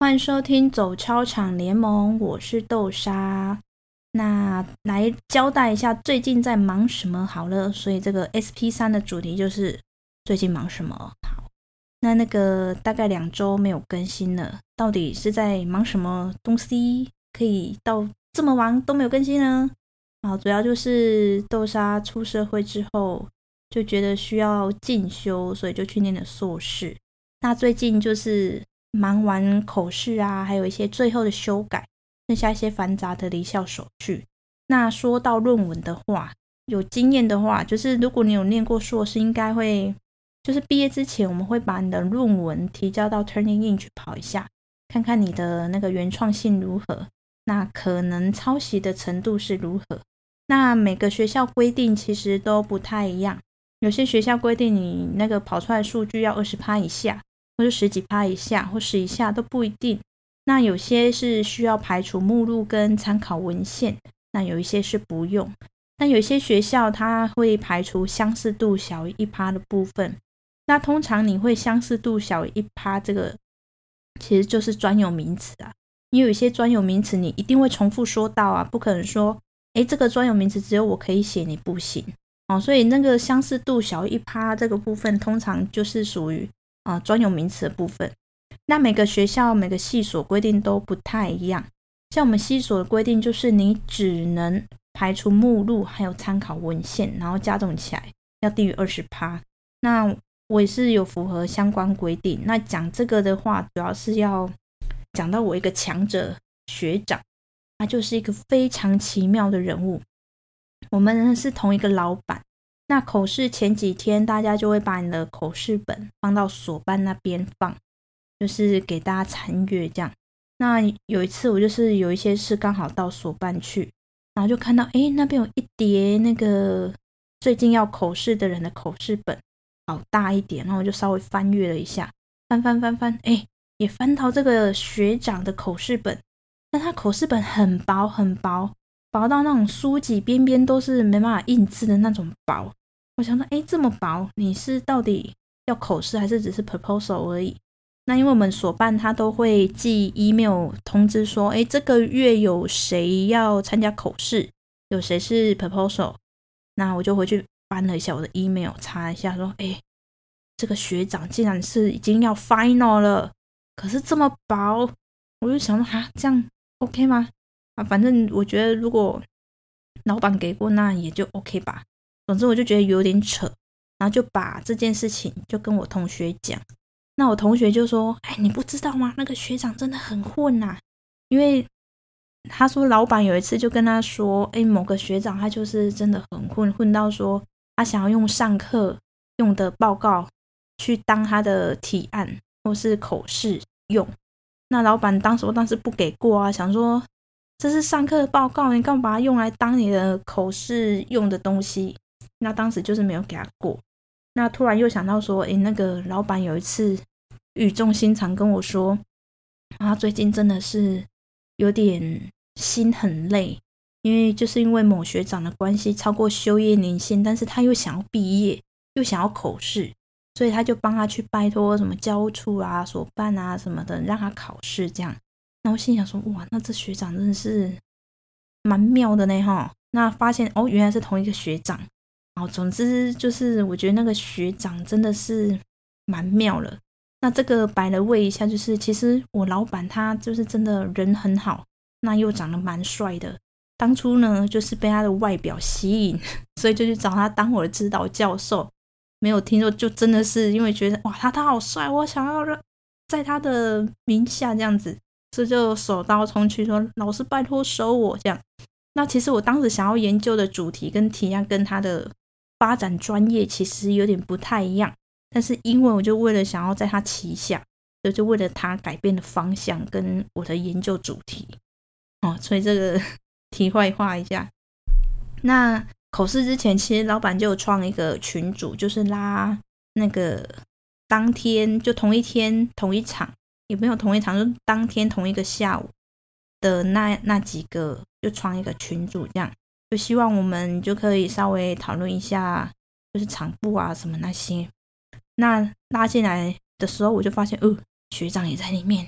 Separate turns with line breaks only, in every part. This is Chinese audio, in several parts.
欢迎收听走操场联盟，我是豆沙。那来交代一下最近在忙什么好了，所以这个 SP3 的主题就是最近忙什么。好，那个大概2周没有更新了，到底是在忙什么东西可以到这么忙都没有更新呢？好，主要就是豆沙出社会之后就觉得需要进修，所以就去念了硕士。那最近就是忙完口试啊，还有一些最后的修改，剩下一些繁杂的离校手续。那说到论文的话，有经验的话，就是如果你有念过硕士，应该会就是毕业之前我们会把你的论文提交到 Turnitin 去跑一下，看看你的那个原创性如何，那可能抄袭的程度是如何。那每个学校规定其实都不太一样，有些学校规定你那个跑出来的数据要20%以下，或是10几%以下，或10以下都不一定。那有些是需要排除目录跟参考文献，那有一些是不用。但有些学校它会排除相似度小于1%的部分。那通常你会相似度小于1%，这个其实就是专有名词啊。因为有一些专有名词你一定会重复说到啊，不可能说这个专有名词只有我可以写，你不行。所以那个相似度小于1%这个部分通常就是属于专有名词的部分。那每个学校每个系所规定都不太一样，像我们系所的规定就是你只能排除目录还有参考文献，然后加总起来要低于20%。那我也是有符合相关规定。那讲这个的话，主要是要讲到我一个强者学长，他就是一个非常奇妙的人物。我们是同一个老板，那口试前几天大家就会把你的口试本放到所办那边放，就是给大家参阅这样。那有一次我就是有一些事刚好到所办去，然后就看到那边有一叠那个最近要口试的人的口试本，好大一点，然后我就稍微翻阅了一下，翻，也翻到这个学长的口试本。但他口试本很薄很薄，薄到那种书籍边边都是没办法印字的那种薄。我想说这么薄，你是到底要口试还是只是 proposal 而已？那因为我们所办他都会寄 email 通知说这个月有谁要参加口试，有谁是 proposal。那我就回去翻了一下我的 email， 查一下说这个学长竟然是已经要 final 了，可是这么薄。我就想说这样 OK 吗？反正我觉得如果老板给过那也就 OK 吧。总之我就觉得有点扯，然后就把这件事情就跟我同学讲。那我同学就说你不知道吗？那个学长真的很混啊。因为他说老板有一次就跟他说某个学长他就是真的很混到说他想要用上课用的报告去当他的提案或是口试用。那老板当时不给过啊，想说这是上课的报告，你干嘛把它用来当你的口试用的东西？那当时就是没有给他过。那突然又想到说那个老板有一次语重心长跟我说他最近真的是有点心很累，因为某学长的关系超过修业年限，但是他又想要毕业又想要口试，所以他就帮他去拜托什么教务处啊所办啊什么的让他考试这样。那我心想说哇，那这学长真的是蛮妙的呢齁。那发现原来是同一个学长。总之就是我觉得那个学长真的是蛮妙了。那这个摆了位一下，就是其实我老板他就是真的人很好，那又长得蛮帅的。当初呢就是被他的外表吸引，所以就去找他当我的指导教授。没有听说就真的是因为觉得哇他好帅，我想要在他的名下这样子，所以就手刀冲去说老师拜托收我这样。那其实我当时想要研究的主题跟提案跟他的发展专业其实有点不太一样，但是因为我就为了想要在他旗下，所以就为了他改变的方向跟我的研究主题所以这个题外话一下。那口试之前其实老板就有创一个群组，就是拉那个当天就同一天同一场，也没有同一场，就当天同一个下午的那几个就创一个群组这样，就希望我们就可以稍微讨论一下就是场部啊什么那些。那拉进来的时候我就发现学长也在里面，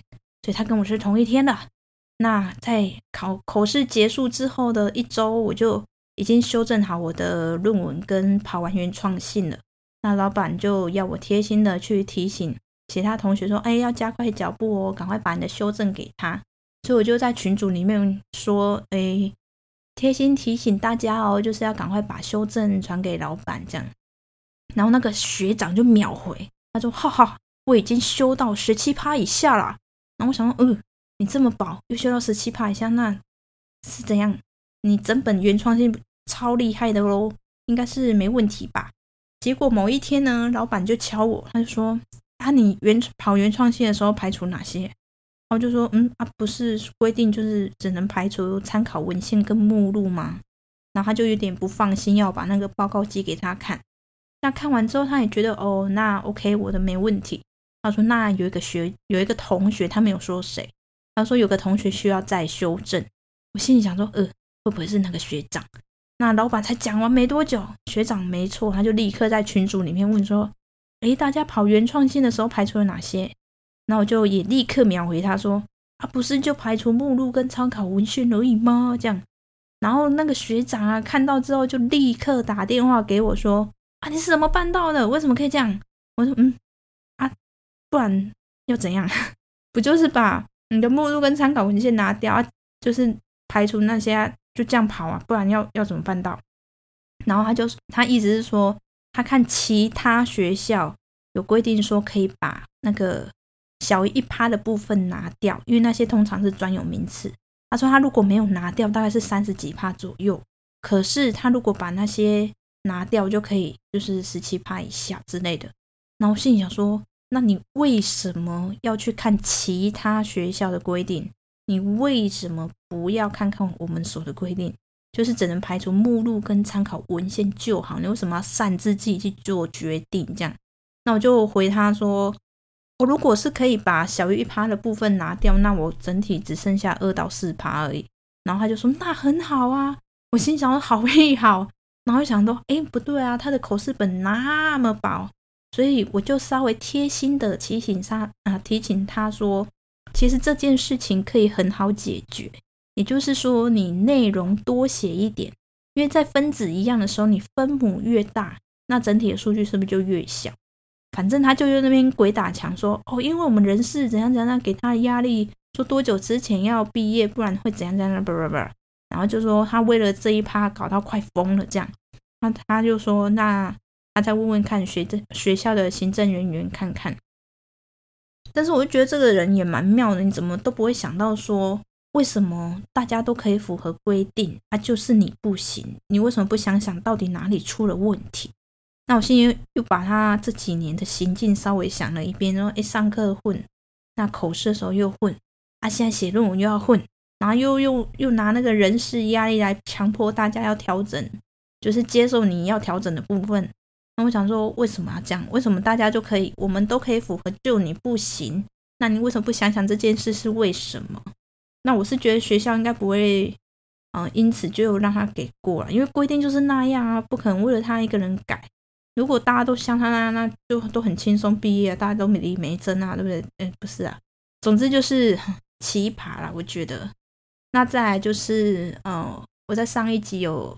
所以他跟我是同一天的。那在口试结束之后的1周，我就已经修正好我的论文跟跑完原创性了。那老板就要我贴心的去提醒其他同学说，要加快脚步哦，赶快把你的修正给他。所以我就在群组里面说，贴心提醒大家哦，就是要赶快把修正传给老板这样。然后那个学长就秒回，他说哈哈，我已经修到17%以下啦。然后我想说，你这么薄又修到17%以下，那是怎样？你整本原创性超厉害的咯，应该是没问题吧？结果某一天呢，老板就敲我，他就说你跑原创性的时候排除哪些？然后就说不是规定就是只能排除参考文献跟目录吗？然后他就有点不放心，要把那个报告寄给他看。那看完之后，他也觉得那 OK， 我的没问题。他说那有一个同学，他没有说谁，他说有个同学需要再修正。我心里想说会不会是那个学长？那老板才讲完没多久，学长没错，他就立刻在群组里面问说，大家跑原创性的时候排除了哪些？那我就也立刻秒回他说，不是就排除目录跟参考文献而已吗？这样。然后那个学长看到之后就立刻打电话给我说，你是怎么办到的？为什么可以这样？我说不然要怎样？不就是把你的目录跟参考文献拿掉就是排除那些就这样跑不然要怎么办到？然后他意思是说，他看其他学校有规定说可以把那个小于1%的部分拿掉，因为那些通常是专有名词。他说他如果没有拿掉，大概是30几%左右。可是他如果把那些拿掉，就可以就是17%以下之类的。然后我心里想说，那你为什么要去看其他学校的规定？你为什么不要看看我们所的规定？就是只能排除目录跟参考文献就好，你为什么要擅自自己去做决定这样？那我就回他说，我如果是可以把小于1%的部分拿掉，那我整体只剩下2到4%而已。然后他就说那很好啊。我心想说好没好，然后想说不对啊，他的口试本那么薄，所以我就稍微贴心的提醒他说，其实这件事情可以很好解决，也就是说你内容多写一点，因为在分子一样的时候，你分母越大，那整体的数据是不是就越小？反正他就在那边鬼打墙说因为我们人事怎样怎样给他的压力，说多久之前要毕业，不然会怎样怎样然后就说他为了这一趴搞到快疯了这样。那他就说那他再问问看学校的行政人员看看。但是我就觉得这个人也蛮妙的，你怎么都不会想到说为什么大家都可以符合规定就是你不行，你为什么不想想到底哪里出了问题？那我心里又把他这几年的行径稍微想了一遍，然后上课混，那口试的时候又混现在写论文又要混，然后又拿那个人事压力来强迫大家要调整，就是接受你要调整的部分。那我想说为什么要这样？为什么大家就可以，我们都可以符合，就你不行？那你为什么不想想这件事是为什么？那我是觉得学校应该不会因此就让他给过了，因为规定就是那样不可能为了他一个人改。如果大家都像他那样，那就都很轻松毕业大家都没离没争对不对？不是总之就是奇葩啦，我觉得。那再来就是我在上一集有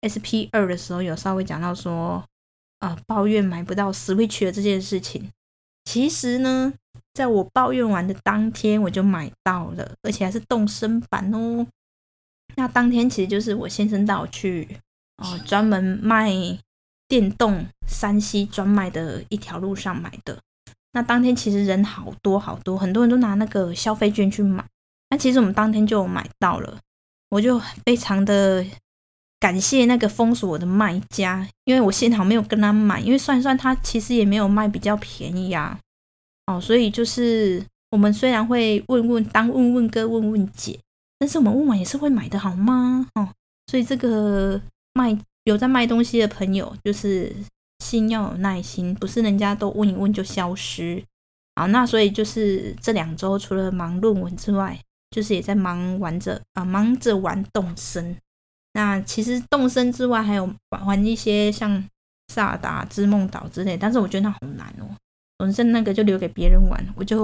SP2 的时候有稍微讲到说抱怨买不到 Switch 的这件事情。其实呢，在我抱怨完的当天我就买到了，而且还是动森版哦。那当天其实就是我先生带我去专门卖电动3C专卖的一条路上买的。那当天其实人好多好多，很多人都拿那个消费券去买。那其实我们当天就有买到了，我就非常的感谢那个封锁我的卖家，因为我幸好没有跟他买，因为算一算他其实也没有卖比较便宜所以就是我们虽然会当问问哥问问姐，但是我们问完也是会买的好吗？所以这个有在卖东西的朋友，就是心要有耐心，不是人家都问一问就消失。好，那所以就是这2周除了忙论文之外，就是也在忙着玩动森。那其实动森之外还有玩一些像萨达、织梦岛之类，但是我觉得那好难总之那个就留给别人玩，我就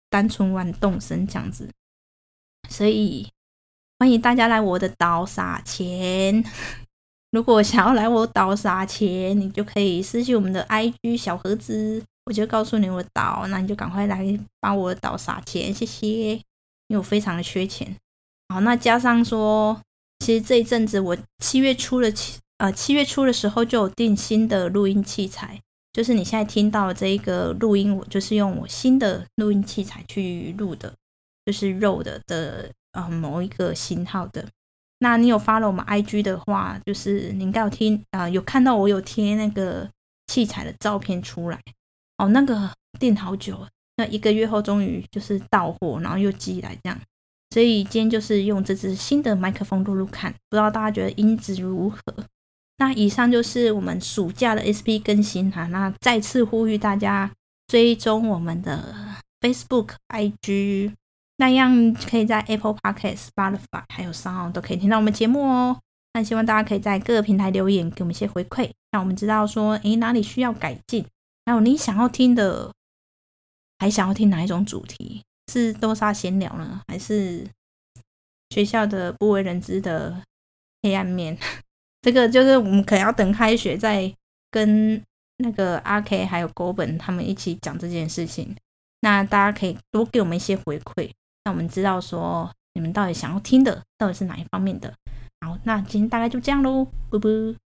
单纯玩动森这样子。所以欢迎大家来我的岛撒钱。如果想要来我岛撒钱，你就可以私信我们的 IG 小盒子，我就告诉你我的岛，那你就赶快来帮我的岛撒钱，谢谢，因为我非常的缺钱。好，那加上说，其实这一阵子我7月初的时候就有订新的录音器材，就是你现在听到的这一个录音，我就是用我新的录音器材去录的，就是 Rode 的某一个型号的。那你有 follow 我们 IG 的话，就是你应该有看到我有贴那个器材的照片出来哦，那个订好久了，那1个月后终于就是到货，然后又寄来这样。所以今天就是用这支新的麦克风录录看，不知道大家觉得音质如何。那以上就是我们暑假的 SP 更新哈，那再次呼吁大家追踪我们的 Facebook、IG， 那样可以在 Apple Podcast、Spotify 还有 SoundOn 都可以听到我们节目哦。那希望大家可以在各个平台留言给我们一些回馈，让我们知道说哪里需要改进，还有你想要听的，还想要听哪一种主题，是豆沙闲聊呢，还是学校的不为人知的黑暗面？这个就是我们可能要等开学再跟那个阿 K 还有狗本他们一起讲这件事情。那大家可以多给我们一些回馈，让我们知道说你们到底想要听的到底是哪一方面的。好，那今天大概就这样咯，拜拜。